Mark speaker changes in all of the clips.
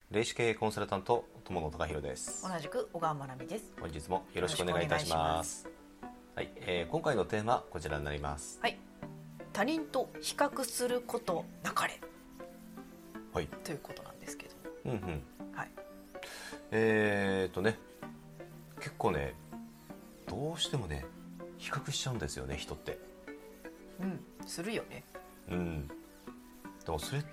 Speaker 1: 霊視系コンサルタント友野貴弘です。
Speaker 2: 同じく小川真奈美です。
Speaker 1: 本日もよろしくお願いいたします。はい、今回のテーマはこちらになります。
Speaker 2: はい、他人と比較することなかれ、
Speaker 1: はい、
Speaker 2: ということなんですけど、はい、
Speaker 1: 結構ね、どうしてもね比較しちゃうんですよね、人って。
Speaker 2: するよね。
Speaker 1: でもそれって、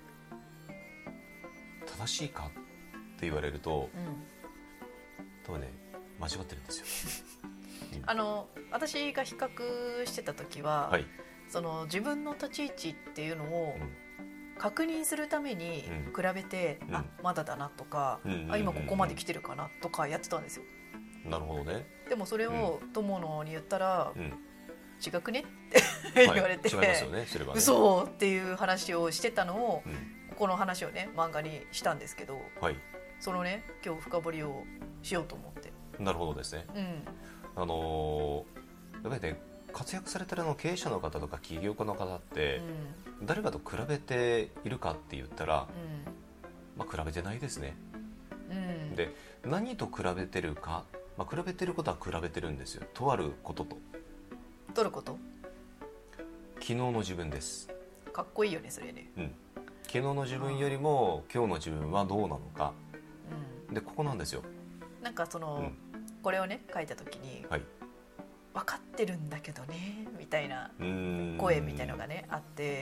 Speaker 1: 正しいかって言われると、多分ね間違ってるんですよ。
Speaker 2: 私が比較してた時は、はい、その自分の立ち位置っていうのを確認するために比べて、まだだなとか、今ここまで来てるかなとかやってたんですよ。
Speaker 1: なるほどね。
Speaker 2: でもそれを友野に言ったら、違くねって言われて、
Speaker 1: 違いますよね、それはね。
Speaker 2: 嘘っていう話をしてたのを、この話をね漫画にしたんですけど、
Speaker 1: はい、
Speaker 2: そのね今日深掘りをしようと思って。
Speaker 1: なるほどですね。やっぱりね、活躍されてる経営者の方とか起業家の方って、誰かと比べているかって言ったら、比べてないですね。で、何と比べてるか、比べてることは比べてるんですよ。とあることと。
Speaker 2: とること？
Speaker 1: 昨日の自分です。
Speaker 2: かっこいいよね、それね。
Speaker 1: 昨日の自分よりも今日の自分はどうなのか、でここなんですよ。
Speaker 2: なんかその、これをね書いた時に、分かってるんだけどねみたいな声みたいのがねあって、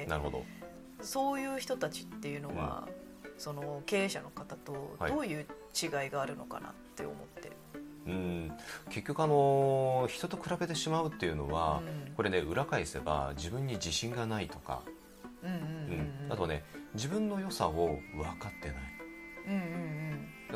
Speaker 1: なるほど。
Speaker 2: そういう人たちっていうのは、その経営者の方とどういう違いがあるのかなって思って、
Speaker 1: 結局人と比べてしまうっていうのは、これね裏返せば自分に自信がないとか、あとね自分の良さを分かってない、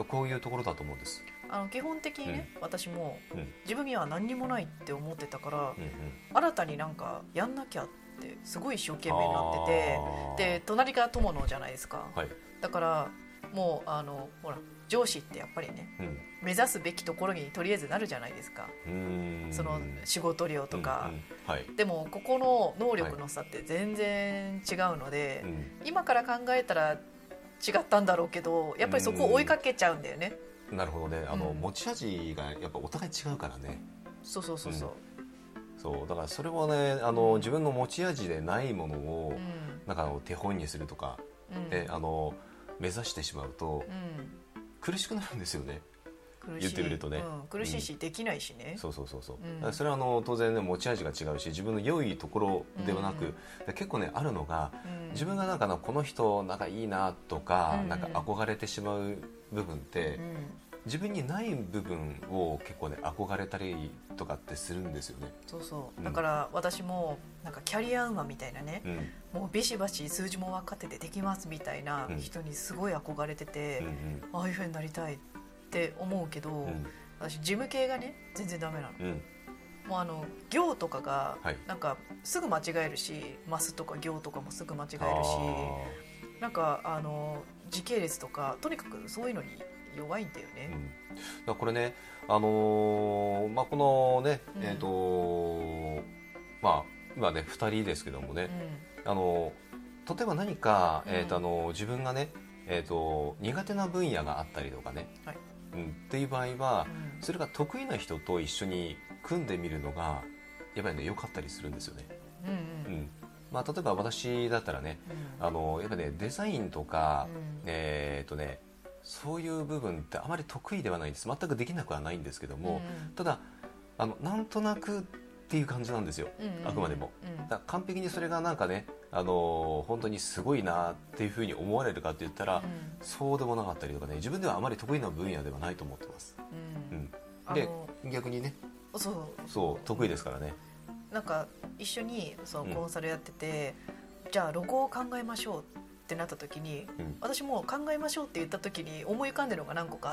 Speaker 1: こういうところだと思うんです。
Speaker 2: 基本的にね、私も自分には何にもないって思ってたから、新たになんかやんなきゃってすごい一生懸命になってて、で隣が友野じゃないですか、だからもうほら上司ってやっぱりね、目指すべきところにとりあえずなるじゃないですか。その仕事量とか、でもここの能力の差って全然違うので、今から考えたら違ったんだろうけど、やっぱりそこを追いかけちゃうんだよね。
Speaker 1: なるほどね。持ち味がやっぱお互い違うからね。
Speaker 2: そう
Speaker 1: だからそれはね、自分の持ち味でないものを、なんか手本にするとか、目指してしまうと、苦しくなるんですよね。言ってみるとね、
Speaker 2: 苦しいし、できないしね。
Speaker 1: それは当然ね持ち味が違うし、自分の良いところではなく、結構ねあるのが、自分がなんかこの人なんかいいなとか、なんか憧れてしまう部分って、自分にない部分を結構ね憧れたりとかってするんですよね。
Speaker 2: だから私もなんかキャリアウーマンみたいなね、もうビシバシ数字も分かっててできますみたいな人にすごい憧れてて、ああいう風になりたいって思うけど、私事務系がね全然ダメなの。もう行とかがなんかすぐ間違えるし、マスとか行とかもすぐ間違えるし、なんか時系列とかとにかくそういうのに弱いんだよね。
Speaker 1: これね、このね、今ね2人ですけどもね、例えば何か、自分がね、苦手な分野があったりとかね、っていう場合は、それが得意な人と一緒に組んでみるのがやっぱりね良かったりするんですよね。例えば私だったらね、やっぱねデザインとか、そういう部分ってあまり得意ではないんです。全くできなくはないんですけども、ただなんとなくっていう感じなんですよ、あくまでも。だから完璧にそれがなんかね、本当にすごいなっていうふうに思われるかって言ったら、そうでもなかったりとかね、自分ではあまり得意な分野ではないと思ってます。で逆にね、そう得意ですからね。
Speaker 2: なんか一緒にコンサルやってて、じゃあロゴを考えましょうってなった時に、私も考えましょうって言った時に思い浮かんでるのが何個かあって、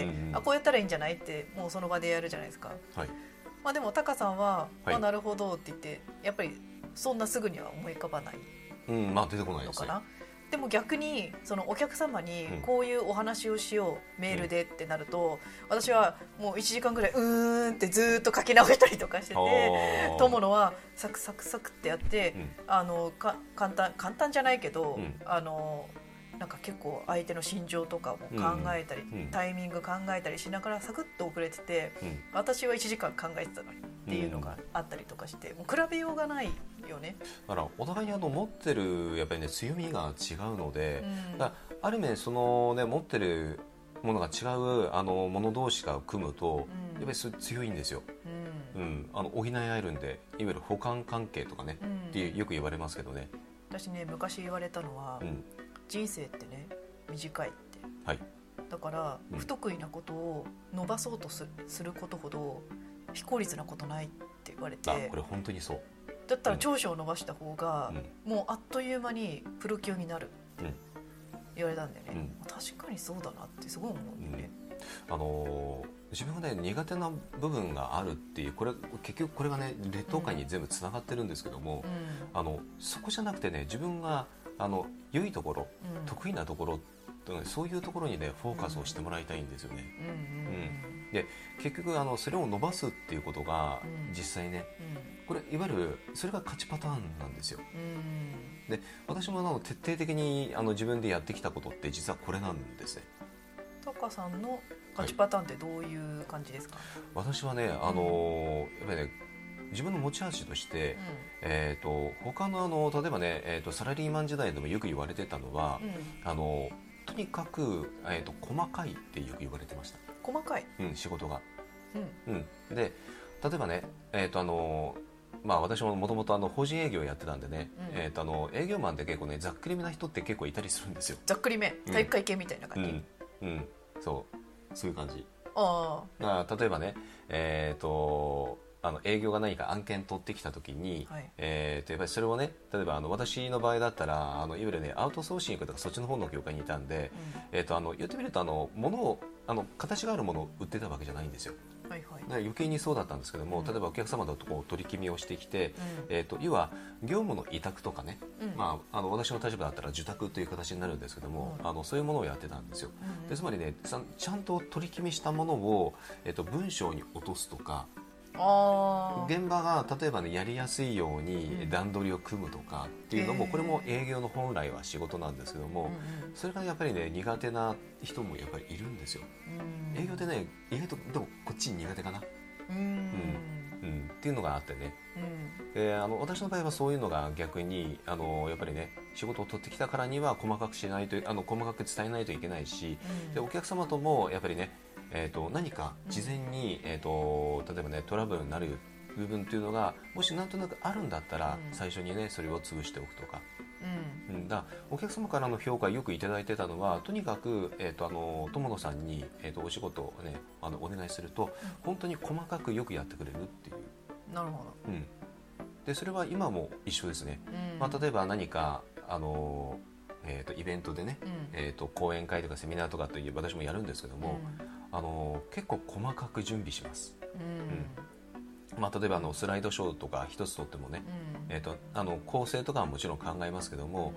Speaker 2: こうやったらいいんじゃないってもうその場でやるじゃないですか。でもタカさんは、なるほどって言って、やっぱりそんなすぐには思い浮かばない
Speaker 1: 出てこないですね。
Speaker 2: でも逆にそのお客様にこういうお話をしよう、メールでってなると、私はもう1時間ぐらいってずっと書き直したりとかしてて、友野はサクサクサクってやって、簡単じゃないけど、 なんか結構相手の心情とかも考えたり、タイミング考えたりしながらサクッと遅れてて、私は1時間考えてたのにっていうのがあったりとかして、もう比べようがないよね。
Speaker 1: だからお互いに持ってるやっぱりね強みが違うので、だからある面そのね持ってるものが違うもの同士が組むと、やっぱり強いんですよ。補い合えるんで、いわゆる補完関係とかね、ってよく言われますけどね。
Speaker 2: 私ね昔言われたのは、人生ってね短いって、
Speaker 1: はい、
Speaker 2: だから、不得意なことを伸ばそうとすることほど非効率なことないって言われて、
Speaker 1: これ本当にそう
Speaker 2: だったら長所を伸ばした方が、もうあっという間にプロ級になる、言われたんだよね。確かにそうだなってすごい思うんだよね。
Speaker 1: 自分がね苦手な部分があるっていう、結局これがね劣等感に全部つながってるんですけども、そこじゃなくてね、自分が良いところ、得意なところ、そういうところにねフォーカスをしてもらいたいんですよね。で結局それを伸ばすっていうことが、実際ね、これいわゆるそれが勝ちパターンなんですよ。で私も徹底的に自分でやってきたことって実はこれなんですね。
Speaker 2: タカさんの勝ちパターンってどういう感じですか？
Speaker 1: 私はね、やっぱりね自分の持ち味として、他の例えばね、サラリーマン時代でもよく言われてたのは、とにかく、細かいってよく言われてました。
Speaker 2: 細かい、
Speaker 1: 仕事が。で例えばね、私ももともと法人営業やってたんでね、営業マンって結構ねざっくりめな人って結構いたりするんですよ。
Speaker 2: ざっくりめ、体育会系みたいな感じ。
Speaker 1: そういう感じ。
Speaker 2: だ
Speaker 1: から例えばね、営業が何か案件取ってきた時に、やっぱりそれをね、例えば私の場合だったらいわゆるねアウトソーシングとかそっちの方の業界にいたんで、言ってみると物を形があるものを売ってたわけじゃないんですよ。だから余計にそうだったんですけども、例えばお客様と取り決めをしてきて、要は業務の委託とかね、私の立場だったら受託という形になるんですけども、そういうものをやってたんですよ。でつまりねちゃんと取り決めしたものを、文章に落とすとか、現場が例えばねやりやすいように段取りを組むとかっていうのも、これも営業の本来は仕事なんですけども、それがやっぱりね苦手な人もやっぱりいるんですよ。営業ってね意外とでもこっちに苦手かなっていうのがあってね、私の場合はそういうのが逆にやっぱりね仕事を取ってきたからには細かくしないと細かく伝えないといけないし、でお客様ともやっぱりね何か事前に、例えばねトラブルになる部分っていうのがもしなんとなくあるんだったら、最初にねそれを潰しておくとか、だお客様からの評価よくいただいてたのは、とにかく、友野さんに、お仕事をねお願いすると、本当に細かくよくやってくれるっていう。
Speaker 2: なるほど。
Speaker 1: でそれは今も一緒ですね。例えば何かイベントでね、講演会とかセミナーとかという私もやるんですけども、結構細かく準備します。例えばスライドショーとか一つとってもね、構成とかはもちろん考えますけども、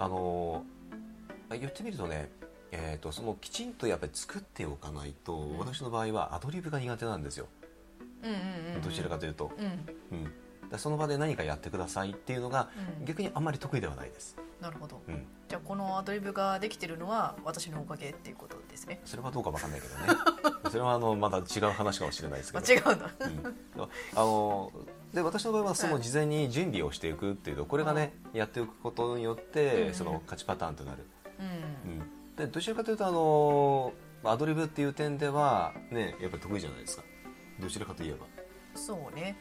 Speaker 1: 言ってみるとね、そのきちんとやっぱり作っておかないと、私の場合はアドリブが苦手なんですよ。どちらかというと、その場で何かやってくださいっていうのが、逆にあんまり得意ではないです。
Speaker 2: なるほど。じゃあこのアドリブができてるのは私のおかげっていうことですね。
Speaker 1: それはどうかわかんないけどねそれはまだ違う話かもしれないですけど。
Speaker 2: 違うんだ
Speaker 1: で私の場合はその事前に準備をしていくっていうと、これがねやっておくことによってその勝ちパターンとなる。でどちらかというとアドリブっていう点ではねやっぱり得意じゃないですか。どちらかといえば。
Speaker 2: そうね。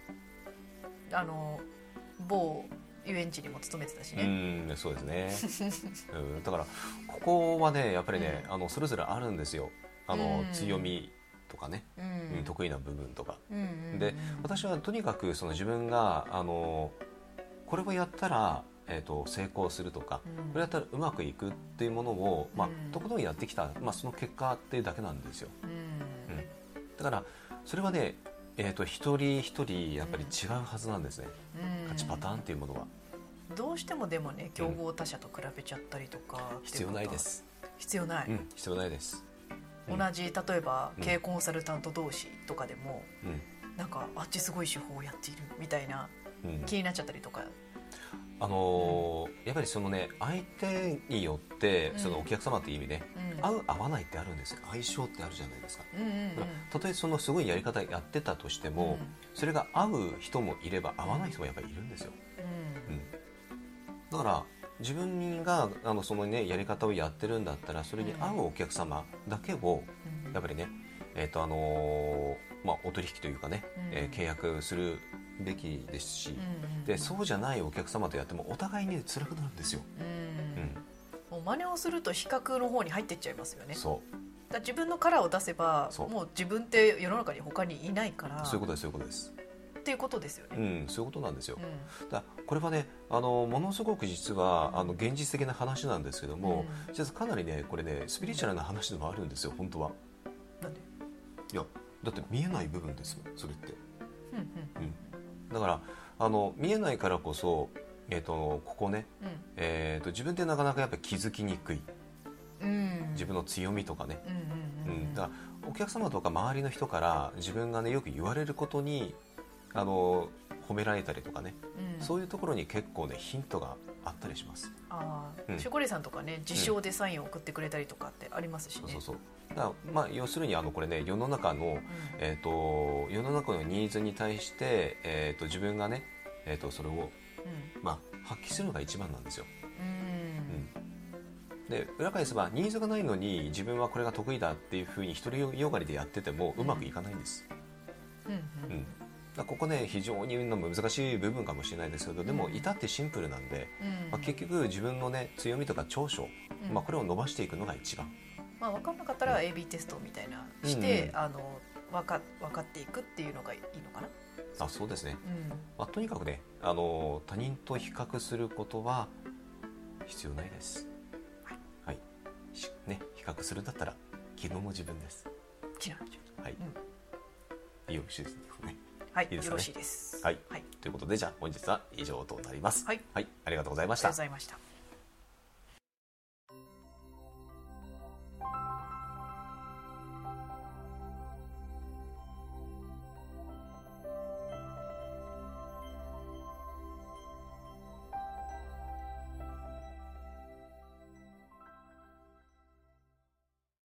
Speaker 2: 某遊園地にも勤めてたしね。
Speaker 1: そうですね。だからここはねやっぱりね、それぞれあるんですよ。強みとかね、得意な部分とか。で私はとにかくその自分がこれをやったら、成功するとか、これやったらうまくいくっていうものを、とことんやってきた、その結果っていうだけなんですよ。だからそれはね一人一人やっぱり違うはずなんですね、勝ちパターンっていうものは。
Speaker 2: どうしてもでもね競合他社と比べちゃったりとか、
Speaker 1: 必要ないです。
Speaker 2: 必要ない、
Speaker 1: 必要ないです。
Speaker 2: 同じ例えば経営コンサルタント同士とかでも、なんかあっちすごい手法をやっているみたいな、気になっちゃったりとか。
Speaker 1: やっぱりそのね、相手によってそのお客様っていう意味で、合う合わないってあるんですよ。相性ってあるじゃないですか。たとえそのすごいやり方やってたとしても、それが合う人もいれば合わない人もやっぱりいるんですよ。だから自分がそのねやり方をやってるんだったら、それに合うお客様だけをやっぱりね、お取引というかね、契約するべきですし、でそうじゃないお客様とやってもお互いに辛くなるんですよ。
Speaker 2: もう真似をすると比較の方に入っていっちゃいますよね。
Speaker 1: そう
Speaker 2: だ自分のカラーを出せばもう自分って世の中に他にいないから。
Speaker 1: そういうことです、そういうことです。
Speaker 2: っていうことですよね。
Speaker 1: そういうことなんですよ。だこれはね、ものすごく実は現実的な話なんですけども、実はかなりねこれねスピリチュアルな話でもあるんですよ、本当は。
Speaker 2: なんで？
Speaker 1: いやだって見えない部分ですもん、それって。だから見えないからこそ、ここね、自分ってなかなかやっぱり気づきにくい、自分の強みとかね、だからお客様とか周りの人から自分がねよく言われることに褒められたりとかね、そういうところに結構ねヒントがあったりします。
Speaker 2: ショコレさんとかね、自称でサインを送ってくれたりとかってありますしね。
Speaker 1: だから要するにこれね世の中の、世の中のニーズに対して、自分がね、それを、発揮するのが一番なんですよ。で裏返せばニーズがないのに自分はこれが得意だっていうふうに独りよがりでやっててもうまくいかないんです。ここね非常に難しい部分かもしれないですけど、でも至ってシンプルなんで、結局自分のね強みとか長所、これを伸ばしていくのが一番。
Speaker 2: 分かんなかったら AB テストみたいなして、分かっていくっていうのがいいのかな。
Speaker 1: そうですね。とにかくね他人と比較することは必要ないです。はい。ね、比較するんだったら昨日も自分です。はい。よろしいですね。
Speaker 2: はい、いいですかね。よろしいです。
Speaker 1: はい。ということでじゃあ本日は以上となります。はい。ありがとうございました。
Speaker 2: ありがとうございました。